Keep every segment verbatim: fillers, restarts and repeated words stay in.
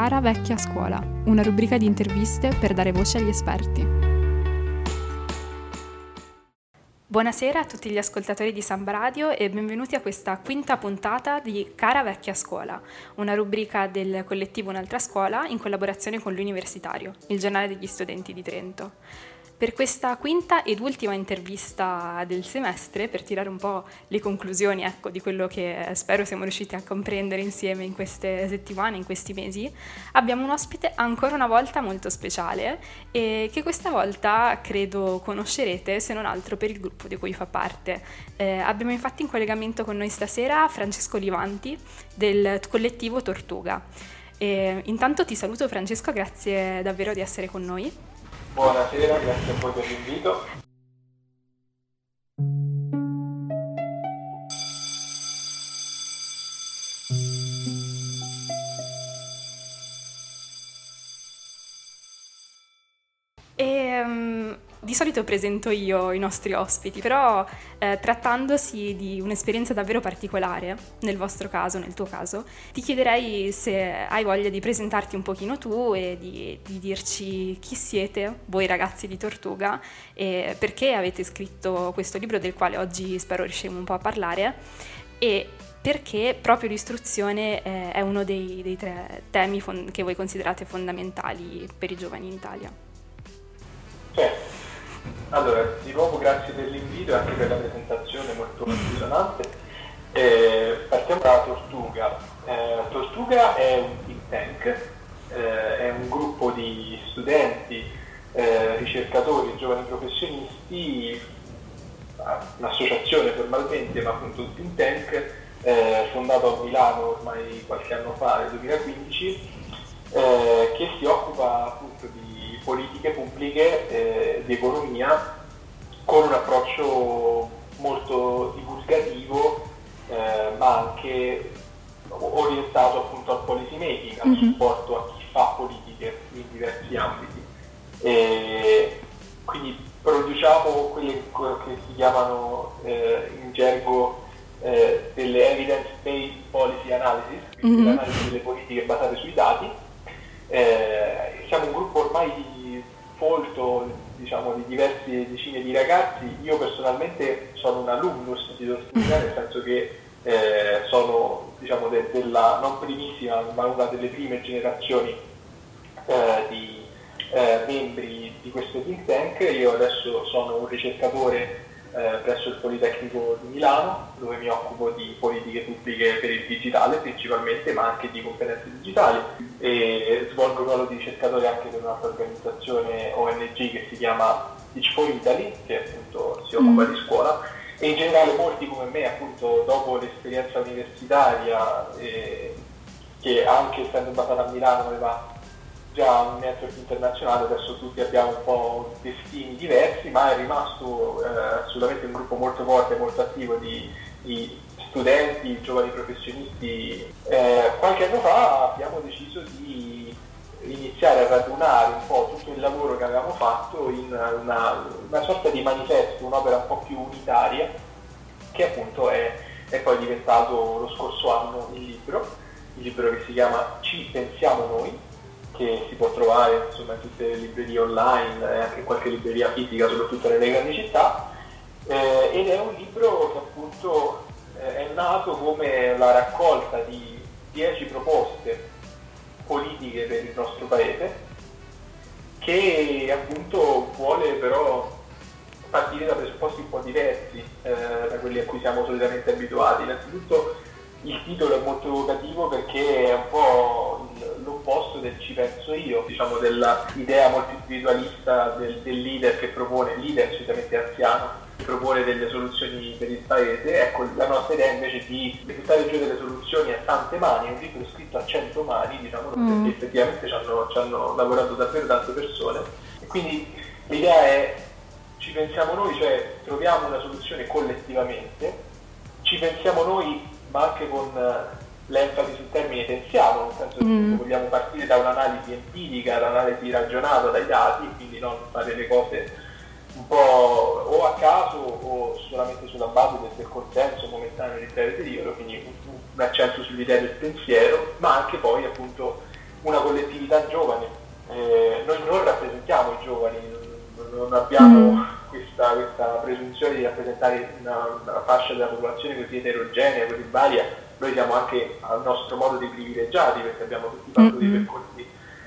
Cara vecchia scuola, una rubrica di interviste per dare voce agli esperti. Buonasera a tutti gli ascoltatori di Samba Radio e benvenuti a questa quinta puntata di Cara vecchia scuola, una rubrica del collettivo Un'altra scuola in collaborazione con l'Universitario, il giornale degli studenti di Trento. Per questa quinta ed ultima intervista del semestre, per tirare un po' le conclusioni, ecco, di quello che spero siamo riusciti a comprendere insieme in queste settimane, in questi mesi, abbiamo un ospite ancora una volta molto speciale e che questa volta credo conoscerete, se non altro per il gruppo di cui fa parte. Eh, abbiamo infatti in collegamento con noi stasera Francesco Livanti del collettivo Tortuga. E intanto ti saluto Francesco, grazie davvero di essere con noi. Buonasera, grazie a voi per l'invito. E, um, di solito presento io i nostri ospiti, però eh, trattandosi di un'esperienza davvero particolare, nel vostro caso, nel tuo caso, ti chiederei se hai voglia di presentarti un pochino tu e di, di dirci chi siete, voi ragazzi di Tortuga, e perché avete scritto questo libro del quale oggi spero riusciremo un po' a parlare, e perché proprio l'istruzione eh, è uno dei, dei tre temi fon- che voi considerate fondamentali per i giovani in Italia. Certo. Allora, di nuovo grazie per l'invito e anche per la presentazione molto emozionante. Eh, partiamo da Tortuga. Eh, Tortuga è un think tank, eh, è un gruppo di studenti, eh, ricercatori, giovani professionisti, un'associazione formalmente, ma appunto un think tank, eh, fondato a Milano ormai qualche anno fa, nel duemilaquindici, eh, che si occupa appunto di politiche pubbliche, eh, di economia, con un approccio molto divulgativo, eh, ma anche orientato appunto al policy making, al mm-hmm. supporto a chi fa politiche in diversi ambiti. E quindi produciamo quelle che si chiamano eh, in gergo eh, delle evidence-based policy analysis, quindi mm-hmm. l'analisi delle politiche basate sui dati. Eh, siamo un gruppo ormai di folto, diciamo, di diverse decine di ragazzi. Io personalmente sono un alumnus di Tortuga, nel senso che eh, sono, diciamo, de- della non primissima, ma una delle prime generazioni eh, di eh, membri di questo think tank. Io adesso sono un ricercatore eh, presso il Politecnico di Milano, dove mi occupo di politiche pubbliche per il digitale principalmente, ma anche di competenze digitali, e svolgo il ruolo di ricercatore anche per un'altra organizzazione O N G che si chiama Teach for Italy, che appunto si occupa mm. di scuola, e in generale molti come me, appunto, dopo l'esperienza universitaria, eh, che anche essendo basata a Milano aveva già un network internazionale, adesso tutti abbiamo un po' destini diversi, ma è rimasto eh, assolutamente un gruppo molto forte e molto attivo di, di studenti, giovani professionisti. Eh, qualche anno fa abbiamo deciso di iniziare a radunare un po' tutto il lavoro che avevamo fatto in una, una sorta di manifesto, un'opera un po' più unitaria, che appunto è, è poi diventato lo scorso anno il libro, il libro che si chiama Ci pensiamo noi, che si può trovare insomma in tutte le librerie online e anche in qualche libreria fisica, soprattutto nelle grandi città, eh, ed è un libro che appunto eh, è nato come la raccolta di dieci proposte politiche per il nostro paese, che appunto vuole però partire da presupposti un po' diversi eh, da quelli a cui siamo solitamente abituati. Innanzitutto il titolo è molto evocativo perché è un po' l'opposto del ci penso io, diciamo dell'idea molto individualista del, del leader che propone, leader solitamente anziano, che propone delle soluzioni per il paese. Ecco, la nostra idea invece è di buttare giù delle soluzioni a tante mani, un libro scritto a cento mani, diciamo, mm. perché effettivamente ci hanno, ci hanno lavorato davvero tante persone, e quindi l'idea è ci pensiamo noi, cioè troviamo una soluzione collettivamente, ci pensiamo noi ma anche con l'enfasi sul termine pensiamo, nel senso che mm. vogliamo partire da un'analisi empirica, un'analisi ragionata dai dati, quindi non fare le cose un po' o a caso o solamente sulla base del, del consenso momentaneo di breve periodo, quindi un, un accento sull'idea del pensiero, ma anche poi appunto una collettività giovane. Eh, noi non rappresentiamo i giovani, non, non abbiamo mm. questa, questa presunzione di rappresentare una, una fascia della popolazione così eterogenea, così varia. Noi siamo anche al nostro modo dei privilegiati, perché abbiamo tutti fatto mm-hmm. dei percorsi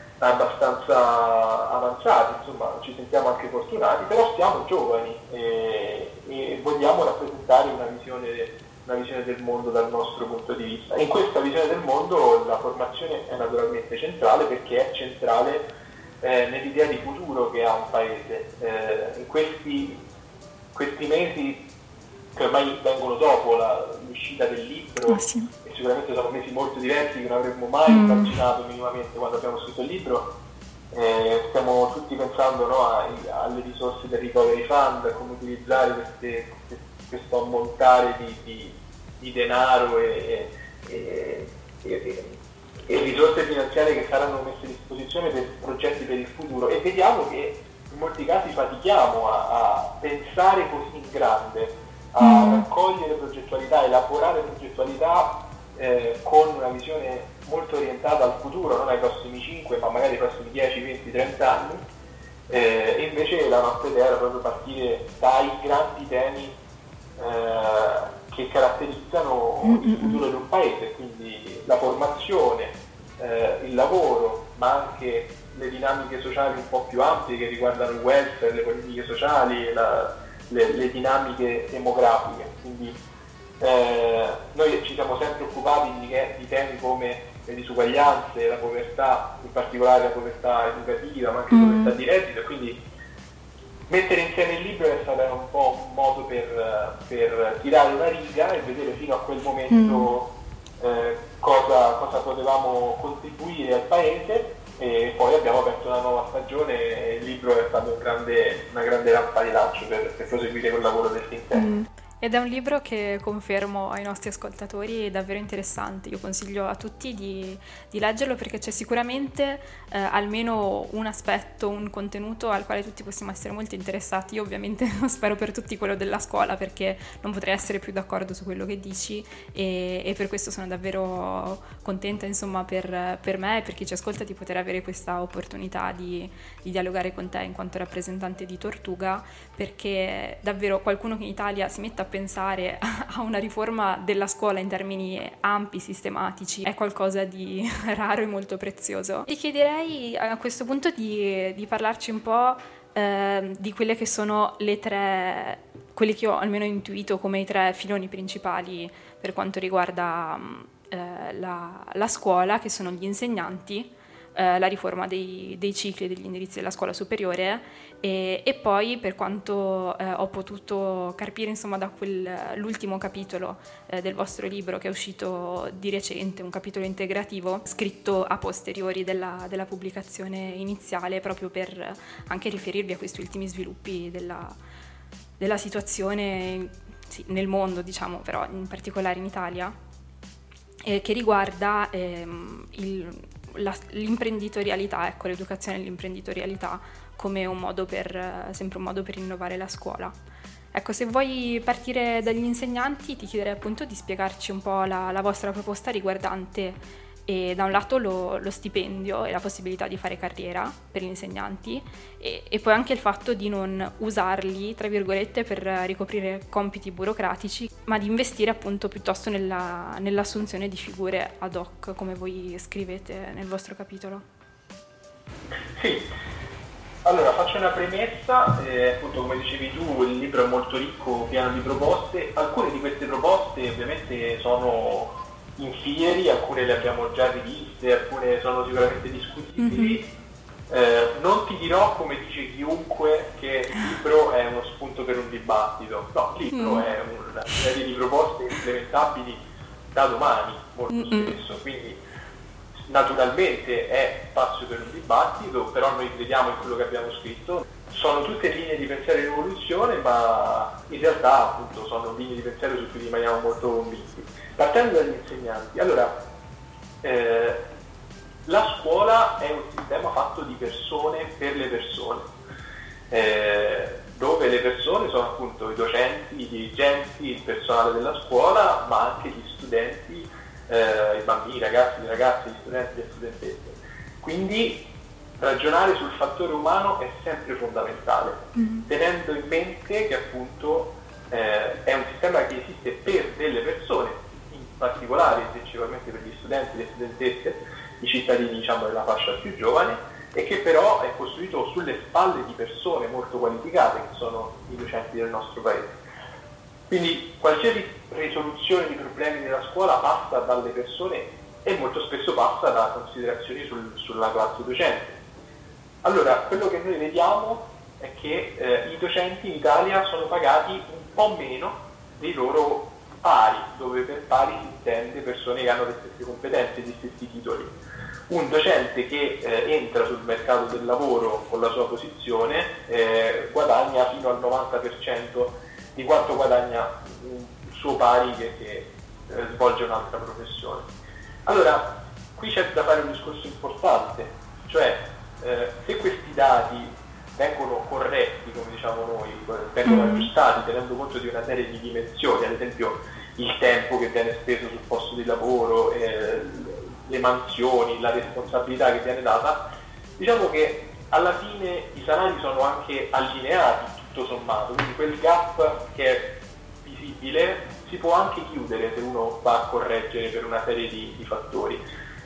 abbastanza avanzati, insomma ci sentiamo anche fortunati, però siamo giovani e, e vogliamo rappresentare una visione, una visione del mondo dal nostro punto di vista. E in questa visione del mondo la formazione è naturalmente centrale, perché è centrale eh, nell'idea di futuro che ha un paese. Eh, in questi, questi mesi, che ormai vengono dopo la, l'uscita del libro, ah, sì. e sicuramente sono mesi molto diversi che non avremmo mai mm. immaginato minimamente quando abbiamo scritto il libro, eh, stiamo tutti pensando, no, ai, alle risorse del Recovery Fund, a come utilizzare queste, queste, questo ammontare di, di, di denaro e, e, e, e risorse finanziarie che saranno messe a disposizione per progetti per il futuro, e vediamo che in molti casi fatichiamo a, a pensare così in grande, a mm. raccogliere progettualità, elaborare progettualità eh, con una visione molto orientata al futuro, non ai prossimi cinque, ma magari ai prossimi dieci, venti, trenta anni. Eh, e invece la nostra idea era proprio partire dai grandi temi eh, che caratterizzano mm-hmm. il futuro di un paese, quindi la formazione, eh, il lavoro, ma anche le dinamiche sociali un po' più ampie che riguardano il welfare, le politiche sociali, la, Le, le dinamiche demografiche. Quindi eh, noi ci siamo sempre occupati di, di temi come le disuguaglianze, la povertà, in particolare la povertà educativa, ma anche la mm. povertà di reddito, e quindi mettere insieme il libro è stato un po' un modo per, per tirare una riga e vedere fino a quel momento mm. eh, cosa, cosa potevamo contribuire al paese. E poi abbiamo aperto una nuova stagione e il libro è stato un grande, una grande rampa di lancio per, per proseguire col lavoro del think tank. Mm. Ed è un libro che, confermo ai nostri ascoltatori, è davvero interessante. Io consiglio a tutti di, di leggerlo, perché c'è sicuramente eh, almeno un aspetto, un contenuto al quale tutti possiamo essere molto interessati. Io ovviamente spero per tutti quello della scuola, perché non potrei essere più d'accordo su quello che dici, e, e per questo sono davvero contenta, insomma, per, per me e per chi ci ascolta, di poter avere questa opportunità di, di dialogare con te in quanto rappresentante di Tortuga, perché davvero qualcuno che in Italia si metta a pensare a una riforma della scuola in termini ampi, sistematici, è qualcosa di raro e molto prezioso. Ti chiederei a questo punto di, di parlarci un po' eh, di quelle che sono le tre, quelli che ho almeno intuito come i tre filoni principali per quanto riguarda eh, la, la scuola, che sono gli insegnanti, eh, la riforma dei, dei cicli e degli indirizzi della scuola superiore, e, e poi, per quanto eh, ho potuto capire, insomma, da quel, l'ultimo capitolo eh, del vostro libro che è uscito di recente, un capitolo integrativo scritto a posteriori della, della pubblicazione iniziale, proprio per anche riferirvi a questi ultimi sviluppi della, della situazione, sì, nel mondo, diciamo, però in particolare in Italia, eh, che riguarda ehm, il, la, l'imprenditorialità, ecco, l'educazione all'imprenditorialità come un modo per, sempre un modo per innovare la scuola. Ecco, se vuoi partire dagli insegnanti, ti chiederei appunto di spiegarci un po' la, la vostra proposta riguardante, e da un lato lo, lo stipendio e la possibilità di fare carriera per gli insegnanti, e, e poi anche il fatto di non usarli, tra virgolette, per ricoprire compiti burocratici, ma di investire appunto piuttosto nella, nell'assunzione di figure ad hoc, come voi scrivete nel vostro capitolo. Sì, allora faccio una premessa, eh, appunto come dicevi tu il libro è molto ricco, pieno di proposte. Alcune di queste proposte ovviamente sono in fieri, alcune le abbiamo già riviste, alcune sono sicuramente discutibili. Mm-hmm. Eh, non ti dirò, come dice chiunque, che il libro è uno spunto per un dibattito. No, il libro mm. è una serie di proposte implementabili da domani, molto mm-hmm. spesso, quindi naturalmente è spazio per un dibattito, però noi crediamo in quello che abbiamo scritto. Sono tutte linee di pensiero in evoluzione, ma in realtà appunto sono linee di pensiero su cui rimaniamo molto convinti. Partendo dagli insegnanti, allora eh, la scuola è un sistema fatto di persone per le persone, eh, dove le persone sono appunto i docenti, i dirigenti, il personale della scuola, ma anche gli studenti, eh, i bambini, i ragazzi, i ragazzi, gli studenti e le studentesse. Quindi ragionare sul fattore umano è sempre fondamentale, mm. tenendo in mente che appunto eh, è un sistema che esiste per delle persone, in particolare principalmente per gli studenti, le studentesse, i cittadini diciamo della fascia più giovane, e che però è costruito sulle spalle di persone molto qualificate che sono i docenti del nostro paese. Quindi qualsiasi risoluzione di problemi nella scuola passa dalle persone e molto spesso passa da considerazioni sul, sulla classe docente. Allora, quello che noi vediamo è che eh, i docenti in Italia sono pagati un po' meno dei loro pari, dove per pari si intende persone che hanno le stesse competenze, gli stessi titoli. Un docente che eh, entra sul mercato del lavoro con la sua posizione eh, guadagna fino al novanta per cento di quanto guadagna un suo pari che, che eh, svolge un'altra professione. Allora, qui c'è da fare un discorso importante, cioè eh, se questi dati vengono corretti, come diciamo noi, vengono mm. aggiustati tenendo conto di una serie di dimensioni, ad esempio il tempo che viene speso sul posto di lavoro, eh, le mansioni, la responsabilità che viene data, diciamo che alla fine i salari sono anche allineati tutto sommato, quindi quel gap che è visibile si può anche chiudere se uno va a correggere per una serie di, di fattori.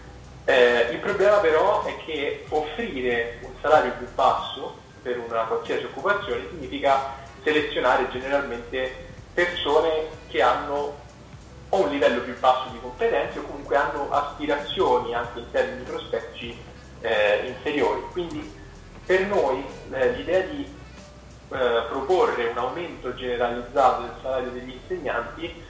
Eh, il problema però è che offrire un salario più basso per una qualsiasi occupazione significa selezionare generalmente persone che hanno o un livello più basso di competenze o comunque hanno aspirazioni anche in termini prospettici eh, inferiori. Quindi per noi eh, l'idea di eh, proporre un aumento generalizzato del salario degli insegnanti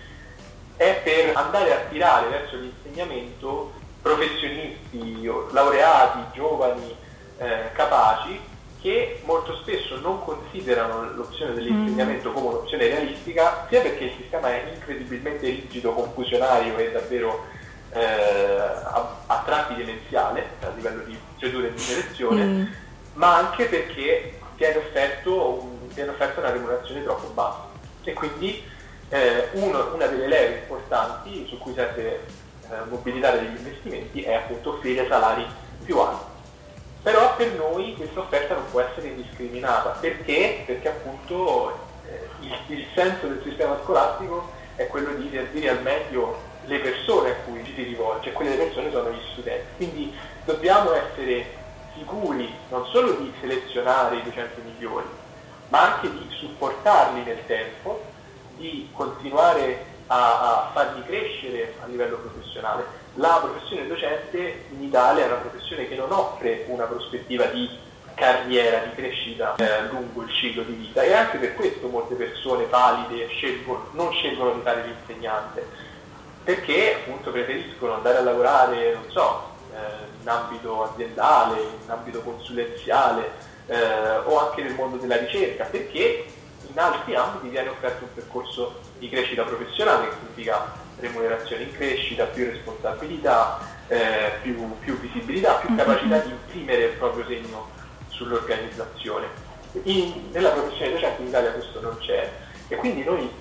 è per andare a tirare verso l'insegnamento professionisti, laureati, giovani, eh, capaci, che molto spesso non considerano l'opzione dell'insegnamento come un'opzione realistica, sia perché il sistema è incredibilmente rigido, confusionario e davvero eh, a, a tratti demenziale a livello di procedure di selezione, mm. ma anche perché viene offerto, un, viene offerta una remunerazione troppo bassa. E quindi eh, uno, una delle leve importanti su cui serve eh, mobilitare degli investimenti è appunto offrire salari più alti. Però per noi questa offerta non può essere indiscriminata. Perché? Perché appunto eh, il, il senso del sistema scolastico è quello di servire al meglio le persone a cui ci si rivolge, e quelle persone sono gli studenti. Quindi dobbiamo essere sicuri non solo di selezionare i docenti migliori, ma anche di supportarli nel tempo, di continuare a, a farli crescere a livello professionale. La professione docente in Italia è una professione che non offre una prospettiva di carriera, di crescita eh, lungo il ciclo di vita, e anche per questo molte persone valide scelgono, non scelgono di fare l'insegnante, perché appunto preferiscono andare a lavorare, non so, eh, in ambito aziendale, in ambito consulenziale eh, o anche nel mondo della ricerca, perché in altri ambiti viene offerto un percorso di crescita professionale che significa remunerazione in crescita, più responsabilità, eh, più, più visibilità, più capacità di imprimere il proprio segno sull'organizzazione. In, nella professione docente in Italia questo non c'è, e quindi noi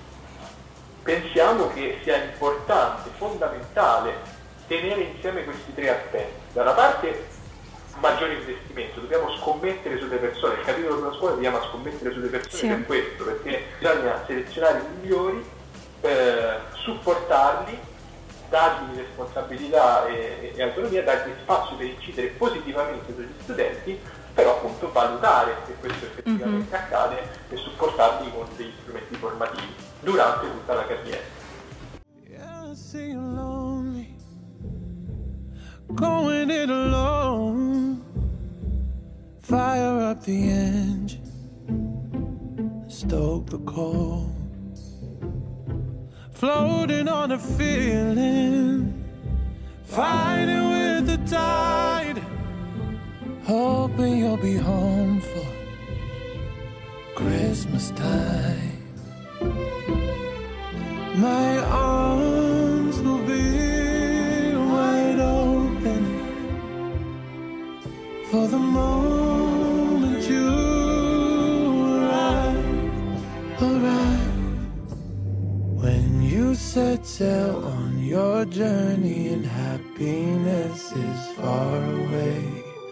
pensiamo che sia importante, fondamentale, tenere insieme questi tre aspetti. Da una parte maggiore investimento, dobbiamo scommettere sulle persone, il capitolo della scuola si chiama scommettere sulle persone, sì. Per questo, perché bisogna selezionare i migliori, eh, supportarli, dargli responsabilità e, e autonomia, dargli spazio per incidere positivamente sugli studenti, però appunto valutare se questo effettivamente mm-hmm. accade e supportarli con degli strumenti formativi durante tutta la carriera. Yeah, going it alone, fire up the engine, stoke the coal, floating on a feeling, fighting with the tide, hoping you'll be home for Christmas time. My arms will be wide open for the moment you arrive, arrive. When you set sail on your journey and happiness is far away,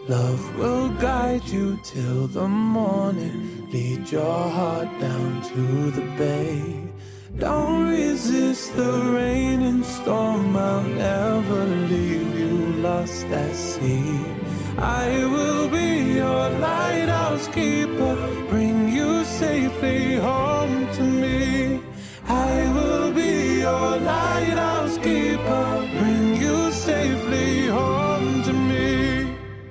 Love will guide you till the morning, lead your heart down to the bay. Don't resist the rain and storm, I'll never leave you lost at sea. I will be your lighthouse keeper, bring you safely home to me. I will be your lighthouse keeper, bring you safely home to me.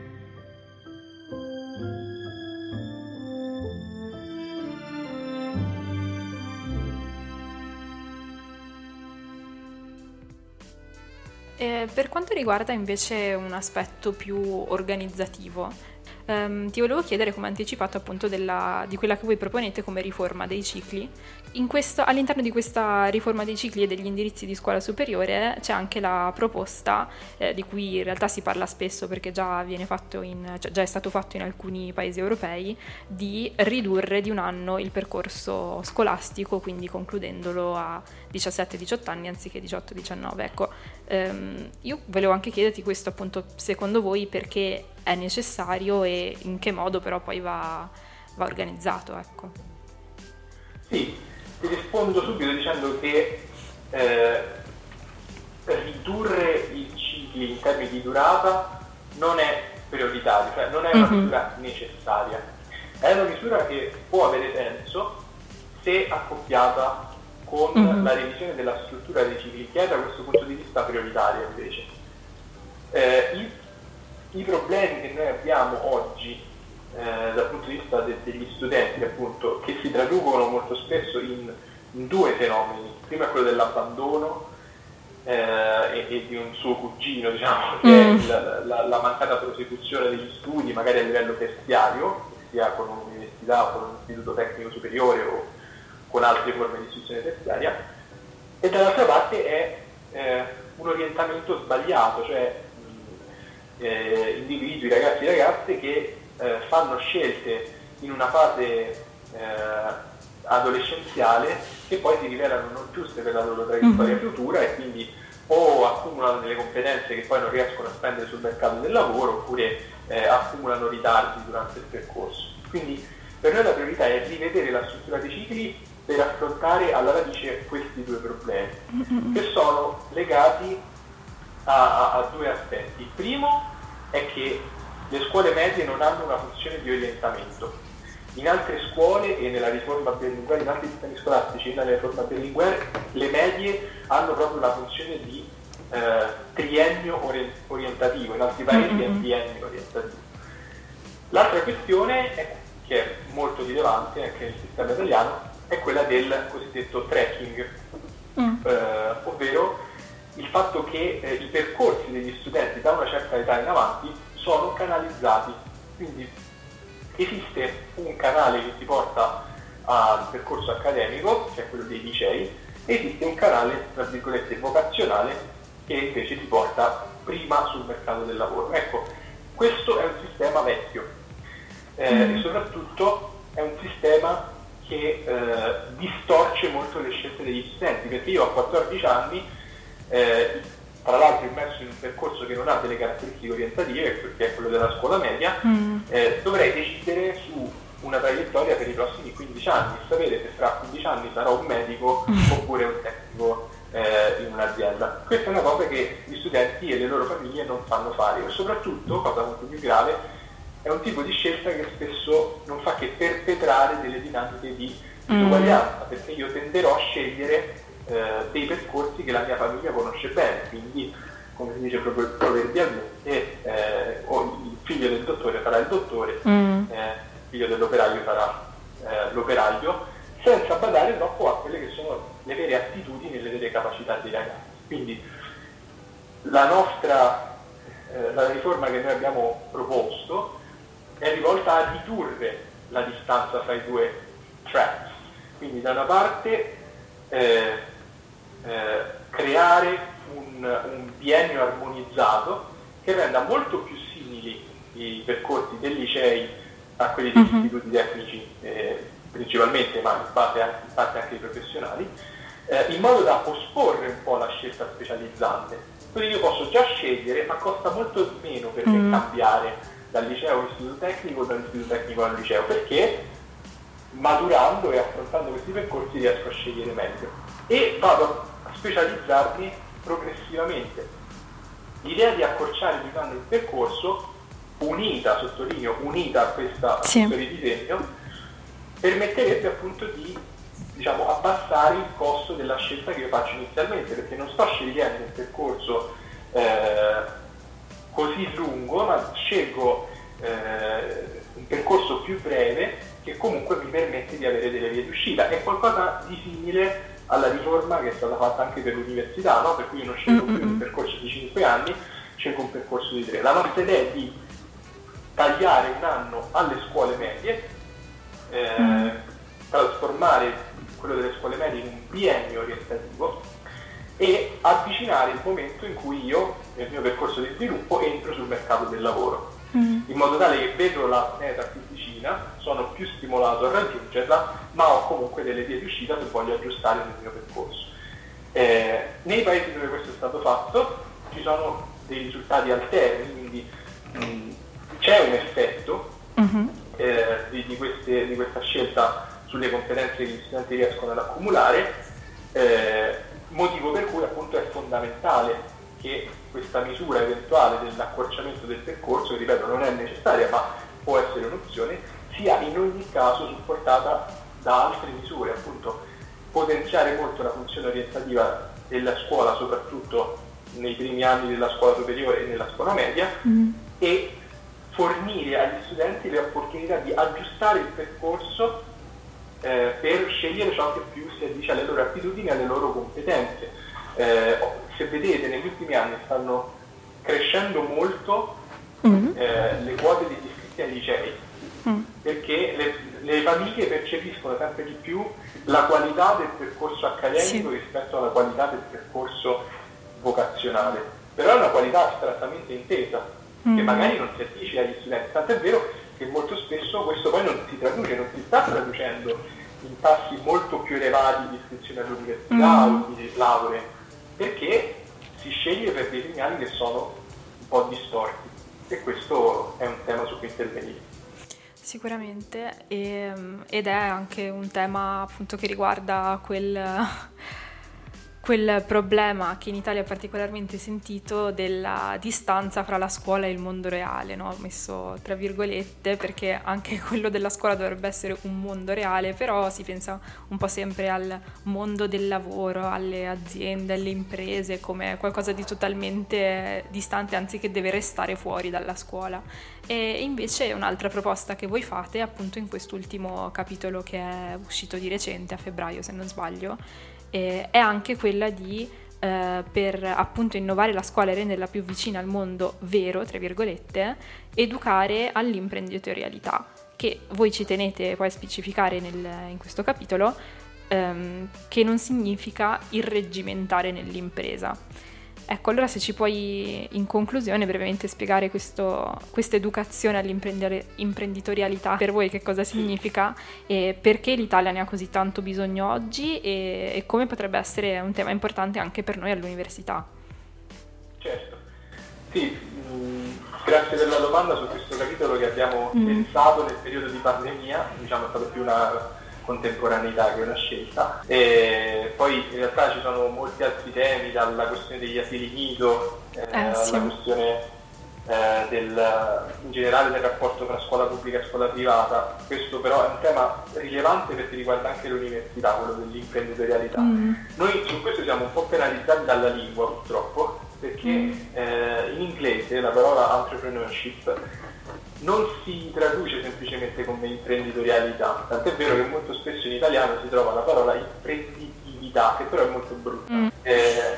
E per quanto riguarda invece un aspetto più organizzativo, ehm, ti volevo chiedere, come anticipato appunto, della, di quella che voi proponete come riforma dei cicli. In questo, all'interno di questa riforma dei cicli e degli indirizzi di scuola superiore c'è anche la proposta, eh, di cui in realtà si parla spesso perché già viene fatto in, cioè già è stato fatto in alcuni paesi europei, di ridurre di un anno il percorso scolastico, quindi concludendolo a diciassette diciotto anni anziché diciotto diciannove. Ecco, ehm, io volevo anche chiederti questo, appunto, secondo voi perché è necessario e in che modo però poi va, va organizzato, ecco. Sì, ti rispondo subito dicendo che eh, ridurre i cicli in termini di durata non è prioritario, cioè non è una Mhm. misura necessaria, è una misura che può avere senso se accoppiata con Mhm. la revisione della struttura dei cicli, che è da questo punto di vista prioritaria invece. Eh, i, I problemi che noi abbiamo oggi eh, dal punto di vista de- degli studenti, appunto, che si traducono molto spesso in, in due fenomeni. Prima è quello dell'abbandono eh, e, e di un suo cugino, diciamo, che Mm. è il- la, la mancata prosecuzione degli studi, magari a livello terziario, sia con un'università o con un istituto tecnico superiore o con altre forme di istruzione terziaria, e dall'altra parte è eh, un orientamento sbagliato, cioè mh, eh, individui, ragazzi e ragazze che eh, fanno scelte in una fase eh, adolescenziale che poi si rivelano non giuste per la loro traiettoria Mhm. futura, e quindi o accumulano delle competenze che poi non riescono a spendere sul mercato del lavoro, oppure eh, accumulano ritardi durante il percorso. Quindi per noi la priorità è rivedere la struttura dei cicli per affrontare alla radice questi due problemi, che sono legati a, a- a due aspetti. Il primo è che le scuole medie non hanno una funzione di orientamento. In altre scuole e nella riforma bilinguale, in altri sistemi scolastici e nella riforma bilinguale, le medie hanno proprio una funzione di eh, triennio ori- orientativo, in altri paesi è Mhm. biennio orientativo. L'altra questione, è, che è molto rilevante anche nel sistema italiano, è quella del cosiddetto tracking, Mm. eh, ovvero il fatto che eh, i percorsi degli studenti da una certa età in avanti sono canalizzati. Quindi esiste un canale che ti porta al percorso accademico, che è quello dei licei, e esiste un canale, tra virgolette, vocazionale, che invece ti porta prima sul mercato del lavoro. Ecco, questo è un sistema vecchio eh, Mm. e soprattutto è un sistema che eh, distorce molto le scelte degli studenti, perché io a quattordici anni, eh, tra l'altro immerso in un percorso che non ha delle caratteristiche orientative, perché è quello della scuola media, Mm. eh, dovrei decidere su una traiettoria per i prossimi quindici anni, sapere se fra quindici anni sarò un medico oppure un tecnico eh, in un'azienda. Questa è una cosa che gli studenti e le loro famiglie non sanno fare, e soprattutto, cosa molto più grave, è un tipo di scelta che spesso non fa che perpetrare delle dinamiche di disuguaglianza, perché io tenderò a scegliere eh, dei percorsi che la mia famiglia conosce bene, quindi, come si dice proprio proverbialmente, eh, o il figlio del dottore farà il dottore, Mm. eh, il figlio dell'operaio farà eh, l'operaio, senza badare troppo a quelle che sono le vere attitudini e le vere capacità dei ragazzi. Quindi la nostra eh, la riforma che noi abbiamo proposto è rivolta a ridurre la distanza fra i due tracks. Quindi da una parte eh, eh, creare un, un biennio armonizzato che renda molto più simili i percorsi dei licei a quelli degli Mhm. istituti tecnici eh, principalmente, ma in parte anche, in parte anche i professionali, eh, in modo da posporre un po' la scelta specializzante. Quindi io posso già scegliere, ma costa molto meno per me Mm. cambiare dal liceo all'istituto tecnico o dall'istituto tecnico al liceo, perché maturando e affrontando questi percorsi riesco a scegliere meglio e vado a specializzarmi progressivamente. L'idea di accorciare di anno il percorso, unita, sottolineo, unita a questa sì. questo ridisegno, permetterebbe appunto di, diciamo, abbassare il costo della scelta che io faccio inizialmente, perché non sto scegliendo un percorso eh, così lungo, ma scelgo eh, un percorso più breve che comunque mi permette di avere delle vie d'uscita. È qualcosa di simile alla riforma che è stata fatta anche per l'università, no? Per cui io non scelgo più un percorso di cinque anni, scelgo un percorso di tre. La nostra idea è di tagliare un anno alle scuole medie, eh, mm. trasformare quello delle scuole medie in un biennio orientativo e avvicinare il momento in cui io, nel mio percorso di sviluppo, entro sul mercato del lavoro, mm. in modo tale che vedo la meta più vicina, sono più stimolato a raggiungerla, ma ho comunque delle vie di uscita se voglio aggiustare nel mio percorso. Eh, nei paesi dove questo è stato fatto ci sono dei risultati alterni, quindi mh, c'è un effetto mm-hmm. eh, di, di, queste, di questa scelta sulle competenze che gli studenti riescono ad accumulare, eh, motivo per cui appunto è fondamentale che questa misura eventuale dell'accorciamento del percorso, che ripeto non è necessaria ma può essere un'opzione, sia in ogni caso supportata da altre misure, appunto potenziare molto la funzione orientativa della scuola, soprattutto nei primi anni della scuola superiore e nella scuola media, mm. e fornire agli studenti le opportunità di aggiustare il percorso eh, per scegliere ciò che più si addice alle loro attitudini e alle loro competenze. Eh, se vedete, negli ultimi anni stanno crescendo molto mm. eh, le quote degli iscritti ai licei, mm. perché le, le famiglie percepiscono sempre di più la qualità del percorso accademico sì. rispetto alla qualità del percorso vocazionale, però è una qualità astrattamente intesa, mm. che magari non si addice agli studenti, tant'è vero che molto spesso questo poi non si traduce, non si sta traducendo in tassi molto più elevati di iscrizione all'università mm. o di lauree, perché si sceglie per dei segnali che sono un po' distorti, e questo è un tema su cui intervenire. Sicuramente, e, ed è anche un tema appunto che riguarda quel, quel problema che in Italia è particolarmente sentito della distanza fra la scuola e il mondo reale, no? Ho messo tra virgolette perché anche quello della scuola dovrebbe essere un mondo reale, però si pensa un po' sempre al mondo del lavoro, alle aziende, alle imprese come qualcosa di totalmente distante, anzi che deve restare fuori dalla scuola. E invece un'altra proposta che voi fate appunto in quest'ultimo capitolo che è uscito di recente, a febbraio se non sbaglio, eh, è anche quella di eh, per appunto innovare la scuola e renderla più vicina al mondo vero, tra virgolette, educare all'imprenditorialità, che voi ci tenete poi a specificare nel, in questo capitolo, ehm, che non significa irreggimentare nell'impresa. Ecco, allora se ci puoi in conclusione brevemente spiegare questo, questa educazione all'imprenditorialità per voi che cosa significa e perché l'Italia ne ha così tanto bisogno oggi e, e come potrebbe essere un tema importante anche per noi all'università. Certo, sì, mh, grazie per la domanda su questo capitolo che abbiamo mm. pensato nel periodo di pandemia, diciamo è stato più una contemporaneità che è una scelta, e poi in realtà ci sono molti altri temi, dalla questione degli asili nido eh, eh, sì. alla questione eh, del, in generale del rapporto tra scuola pubblica e scuola privata. Questo però è un tema rilevante perché riguarda anche l'università, quello dell'imprenditorialità. Mm. Noi su questo siamo un po' penalizzati dalla lingua purtroppo, perché mm. eh, in inglese la parola entrepreneurship non si traduce semplicemente come imprenditorialità, tant'è vero che molto spesso in italiano si trova la parola imprenditività, che però è molto brutta. Mm. Eh,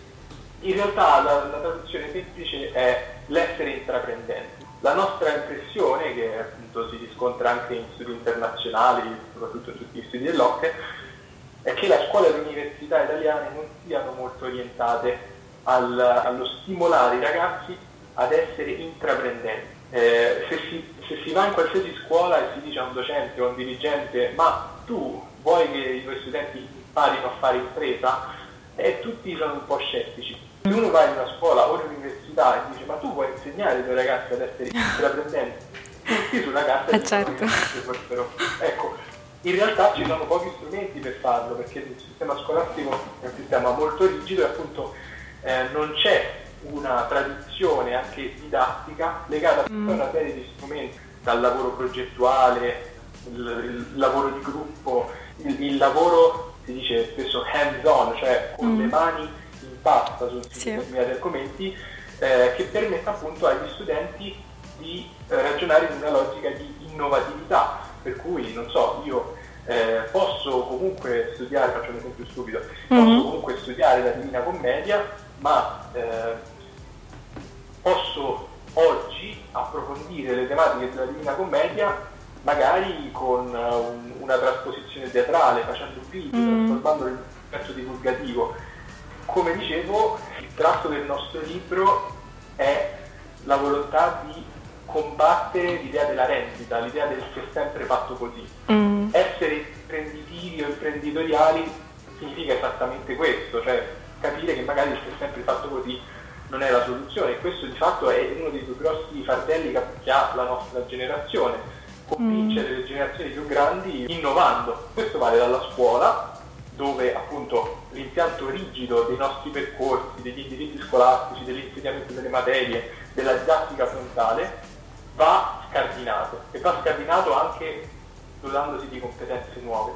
in realtà la, la traduzione semplice è l'essere intraprendenti. La nostra impressione, che appunto si riscontra anche in studi internazionali, soprattutto in tutti gli studi dell'O C T E, è che la scuola e l'università italiane non siano molto orientate al, allo stimolare i ragazzi ad essere intraprendenti. Eh, se, si, se si va in qualsiasi scuola e si dice a un docente o a un dirigente ma tu vuoi che i tuoi studenti imparino a fare impresa, e tutti sono un po' scettici. Se uno va in una scuola o all'università e dice ma tu puoi insegnare ai tuoi ragazzi ad essere intraprendenti, tutti sulla carta eh certo. Ecco, in realtà ci sono pochi strumenti per farlo, perché il sistema scolastico è un sistema molto rigido e appunto eh, non c'è una tradizione anche didattica legata a mm. una serie di strumenti, dal lavoro progettuale, il, il lavoro di gruppo, il, il lavoro, si dice spesso hands-on, cioè con mm. le mani in pasta su sì. determinati argomenti, eh, che permette appunto agli studenti di eh, ragionare in una logica di innovatività, per cui, non so, io eh, posso comunque studiare, faccio un esempio stupido, mm-hmm. posso comunque studiare la Divina Commedia, ma eh, posso oggi approfondire le tematiche della Divina Commedia magari con uh, un, una trasposizione teatrale, facendo un video, mm. trasformandolo in un pezzo divulgativo. Come dicevo, il tratto del nostro libro è la volontà di combattere l'idea della rendita, l'idea del si è sempre fatto così. Mm. Essere imprenditivi o imprenditoriali significa esattamente questo, cioè capire che magari il si è sempre fatto così non è la soluzione, e questo di fatto è uno dei più grossi fardelli che ha la nostra generazione. Convincere mm. le generazioni più grandi innovando. Questo vale dalla scuola, dove appunto l'impianto rigido dei nostri percorsi, degli indirizzi scolastici, dell'insegnamento delle materie, della didattica frontale va scardinato, e va scardinato anche dotandosi di competenze nuove.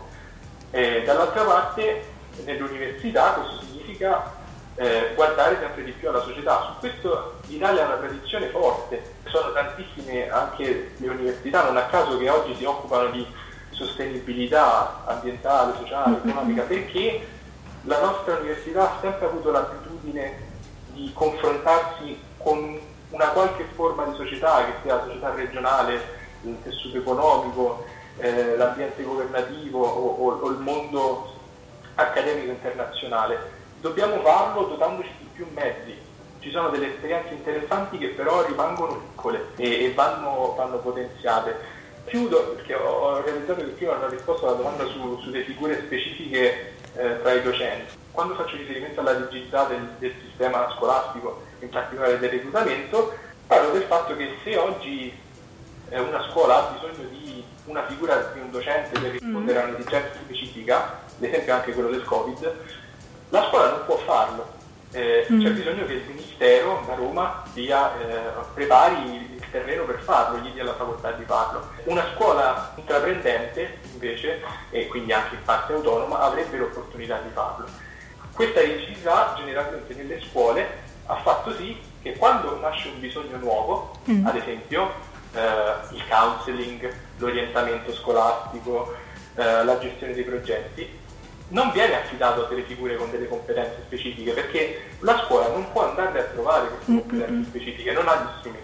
E dall'altra parte nell'università questo significa Eh, guardare sempre di più alla società. Su questo l'Italia ha una tradizione forte, sono tantissime anche le università, non a caso che oggi si occupano di sostenibilità ambientale, sociale, economica, perché la nostra università ha sempre avuto l'abitudine di confrontarsi con una qualche forma di società, che sia la società regionale, il tessuto economico, eh, l'ambiente governativo o, o, o il mondo accademico internazionale. Dobbiamo farlo dotandoci di più mezzi. Ci sono delle esperienze interessanti che però rimangono piccole e, e vanno, vanno potenziate. Chiudo perché ho, ho realizzato che prima non ho risposto alla domanda su, sulle figure specifiche eh, tra i docenti. Quando faccio riferimento alla rigidità del, del sistema scolastico, in particolare del reclutamento, parlo del fatto che se oggi eh, una scuola ha bisogno di una figura di un docente per rispondere mm. a un'esigenza specifica, ad esempio anche quello del Covid, la scuola non può farlo, eh, mm. c'è bisogno che il Ministero da Roma dia, eh, prepari il terreno per farlo, gli dia la facoltà di farlo. Una scuola intraprendente invece, e quindi anche in parte autonoma, avrebbe l'opportunità di farlo. Questa rigidità generalmente nelle scuole ha fatto sì che quando nasce un bisogno nuovo, mm. ad esempio eh, il counseling, l'orientamento scolastico, eh, la gestione dei progetti, non viene affidato a delle figure con delle competenze specifiche, perché la scuola non può andare a trovare queste competenze mm-hmm. specifiche, non ha gli strumenti.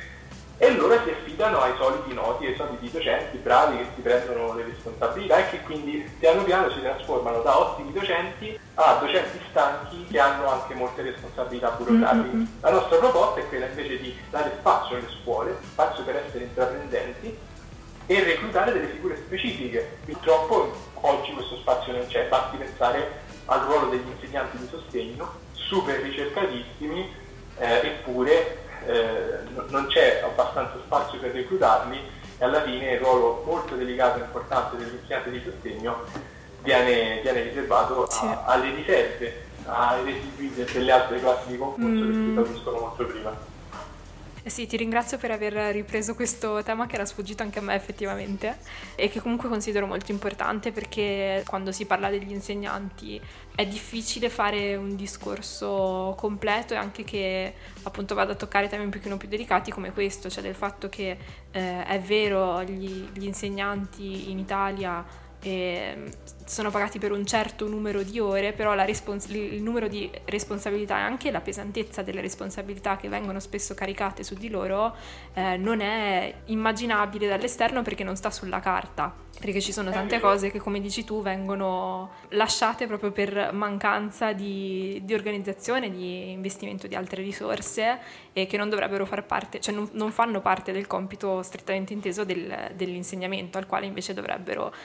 E allora si affidano ai soliti noti, ai soliti docenti bravi che si prendono le responsabilità e che quindi piano piano si trasformano da ottimi docenti a docenti stanchi che hanno anche molte responsabilità burocratiche. Mm-hmm. La nostra proposta è quella invece di dare spazio alle scuole, spazio per essere intraprendenti e reclutare delle figure specifiche. Purtroppo oggi questo spazio non c'è, basti pensare al ruolo degli insegnanti di sostegno, super ricercatissimi, eh, eppure eh, non c'è abbastanza spazio per reclutarli, e alla fine il ruolo molto delicato e importante dell'insegnante di sostegno viene, viene riservato sì. a, alle riserve, ai residui delle altre classi di concorso mm. che si esauriscono molto prima. Eh sì, ti ringrazio per aver ripreso questo tema che era sfuggito anche a me effettivamente e che comunque considero molto importante, perché quando si parla degli insegnanti è difficile fare un discorso completo e anche che appunto vada a toccare temi un pochino più delicati come questo, cioè del fatto che eh, è vero gli, gli insegnanti in Italia e sono pagati per un certo numero di ore, però la respons- il numero di responsabilità e anche la pesantezza delle responsabilità che vengono spesso caricate su di loro eh, non è immaginabile dall'esterno, perché non sta sulla carta, perché ci sono tante cose che, come dici tu, vengono lasciate proprio per mancanza di, di organizzazione, di investimento di altre risorse, e che non dovrebbero far parte, cioè non, non fanno parte del compito strettamente inteso del, dell'insegnamento, al quale invece dovrebbero, in quanto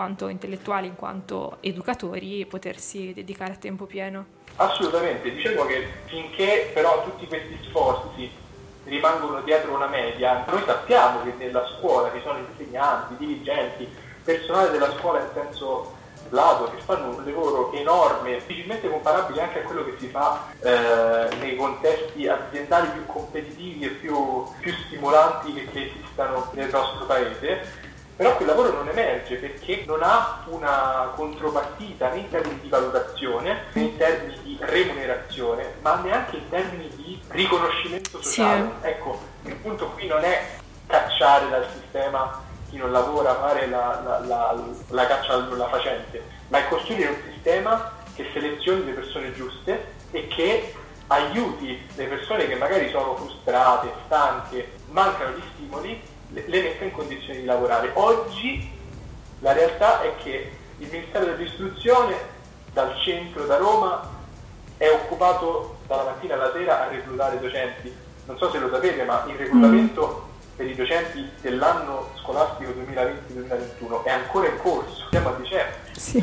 quanto intellettuali, in quanto educatori, potersi dedicare a tempo pieno. Assolutamente, diciamo che finché però tutti questi sforzi rimangono dietro una media, noi sappiamo che nella scuola ci sono insegnanti, dirigenti, personale della scuola in senso lato, che fanno un lavoro enorme, difficilmente comparabile anche a quello che si fa eh, nei contesti aziendali più competitivi e più, più stimolanti che, che esistano nel nostro paese, però quel lavoro non emerge perché non ha una contropartita né in termini di valutazione, né in termini di remunerazione, ma neanche in termini di riconoscimento sociale. Sì. Ecco, il punto qui non è cacciare dal sistema chi non lavora, fare la, la, la, la caccia al nulla facente, ma è costruire un sistema che selezioni le persone giuste e che aiuti le persone che magari sono frustrate, stanche, mancano di stimoli, le, le metta in condizioni di lavorare. Oggi la realtà è che il Ministero dell'Istruzione dal centro, da Roma, è occupato dalla mattina alla sera a reclutare docenti. Non so se lo sapete, ma il reclutamento mm. per i docenti dell'anno scolastico duemilaventi duemilaventuno è ancora in corso, siamo a dicembre, sì.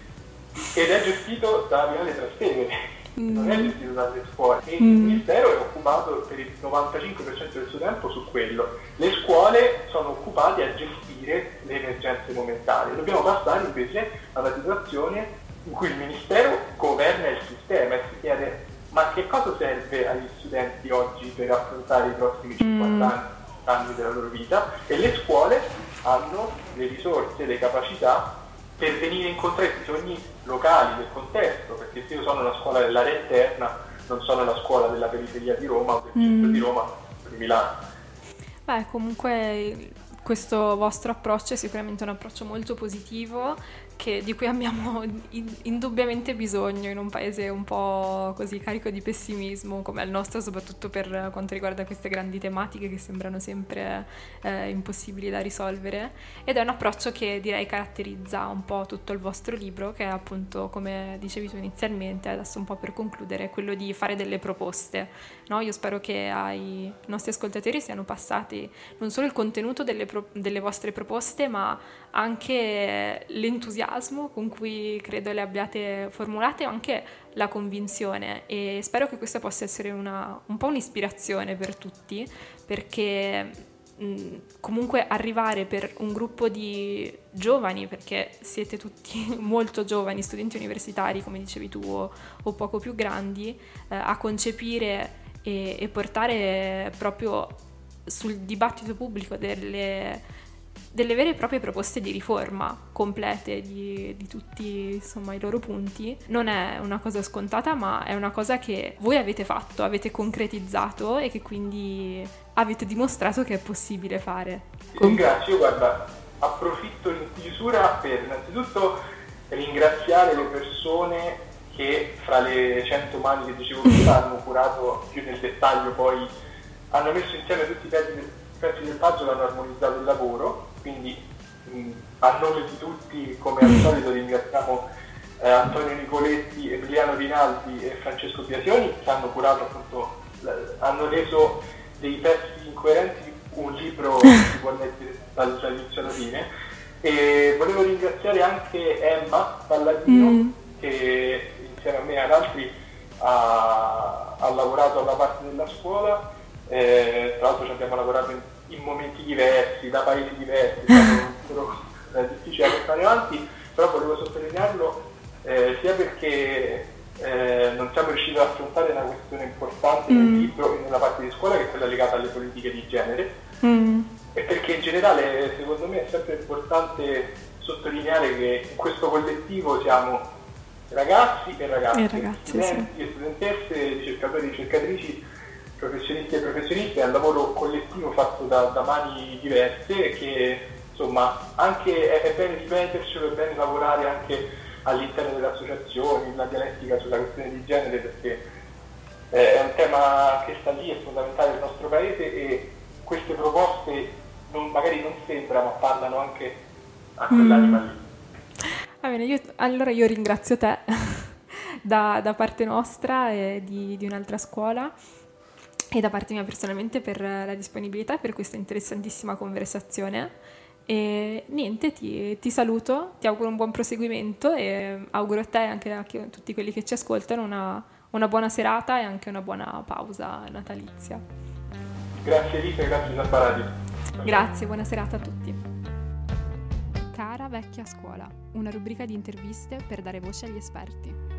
Ed è gestito da Viale Trastevere, mm. non è gestito dalle scuole, e mm. il Ministero è occupato per il novantacinque per cento del suo tempo su quello. Le scuole sono occupate a gestire le emergenze momentanee. Dobbiamo passare invece alla situazione in cui il Ministero governa il sistema e si chiede: ma che cosa serve agli studenti oggi per affrontare i prossimi cinquanta anni? Anni della loro vita, e le scuole hanno le risorse, le capacità per venire incontro ai bisogni locali del contesto, perché se io sono una scuola dell'area interna, non sono la scuola della periferia di Roma o del centro mm. di Roma o di Milano. Beh, comunque questo vostro approccio è sicuramente un approccio molto positivo, che, di cui abbiamo in, indubbiamente bisogno in un paese un po' così carico di pessimismo come il nostro, soprattutto per quanto riguarda queste grandi tematiche che sembrano sempre eh, impossibili da risolvere. Ed è un approccio che direi caratterizza un po' tutto il vostro libro, che è appunto, come dicevi tu inizialmente, adesso un po' per concludere, quello di fare delle proposte, no? Io spero che ai nostri ascoltatori siano passati non solo il contenuto delle, pro- delle vostre proposte, ma anche l'entusiasmo con cui credo le abbiate formulate, o anche la convinzione, e spero che questa possa essere una, un po' un'ispirazione per tutti, perché mh, comunque arrivare per un gruppo di giovani, perché siete tutti molto giovani, studenti universitari come dicevi tu, o, o poco più grandi, eh, a concepire e, e portare proprio sul dibattito pubblico delle delle vere e proprie proposte di riforma complete di, di tutti, insomma, i loro punti, non è una cosa scontata, ma è una cosa che voi avete fatto, avete concretizzato e che quindi avete dimostrato che è possibile fare. Ringrazio, guarda, approfitto in chiusura per innanzitutto ringraziare le persone che fra le cento mani che dicevo prima hanno curato più nel dettaglio, poi hanno messo insieme tutti i pezzi del, pezzi del puzzle, hanno armonizzato il lavoro. Quindi mh, a nome di tutti, come al solito, ringraziamo eh, Antonio Nicoletti, Emiliano Rinaldi e Francesco Biasioni, che hanno curato appunto, l- hanno reso dei pezzi incoerenti un libro che si può leggere dall'inizio alla fine. E volevo ringraziare anche Emma Palladino, mm. che insieme a me e ad altri ha, ha lavorato alla parte della scuola. Eh, tra l'altro ci abbiamo lavorato in in momenti diversi, da paesi diversi, è difficile portare avanti, però volevo sottolinearlo eh, sia perché eh, non siamo riusciti ad affrontare una questione importante mm. nel libro e nella parte di scuola, che è quella legata alle politiche di genere, mm. e perché in generale secondo me è sempre importante sottolineare che in questo collettivo siamo ragazzi e ragazze, e ragazzi, studenti sì. e studentesse, ricercatori e ricercatrici, professionisti e professionisti. È un lavoro collettivo fatto da, da mani diverse, che insomma anche è, è bene ripetercelo, è bene lavorare anche all'interno delle associazioni, la dialettica sulla questione di genere, perché eh, è un tema che sta lì, è fondamentale nel nostro paese, e queste proposte non, magari non sembrano, ma parlano anche a quell'anima mm. lì. Va bene, io, allora io ringrazio te da, da parte nostra e di, di un'altra scuola, e da parte mia personalmente, per la disponibilità e per questa interessantissima conversazione, E niente, ti, ti saluto, ti auguro un buon proseguimento e auguro a te e anche a tutti quelli che ci ascoltano una, una buona serata e anche una buona pausa natalizia. Grazie Rita, grazie Sambaradio. Grazie, buona serata a tutti. Cara vecchia scuola, una rubrica di interviste per dare voce agli esperti.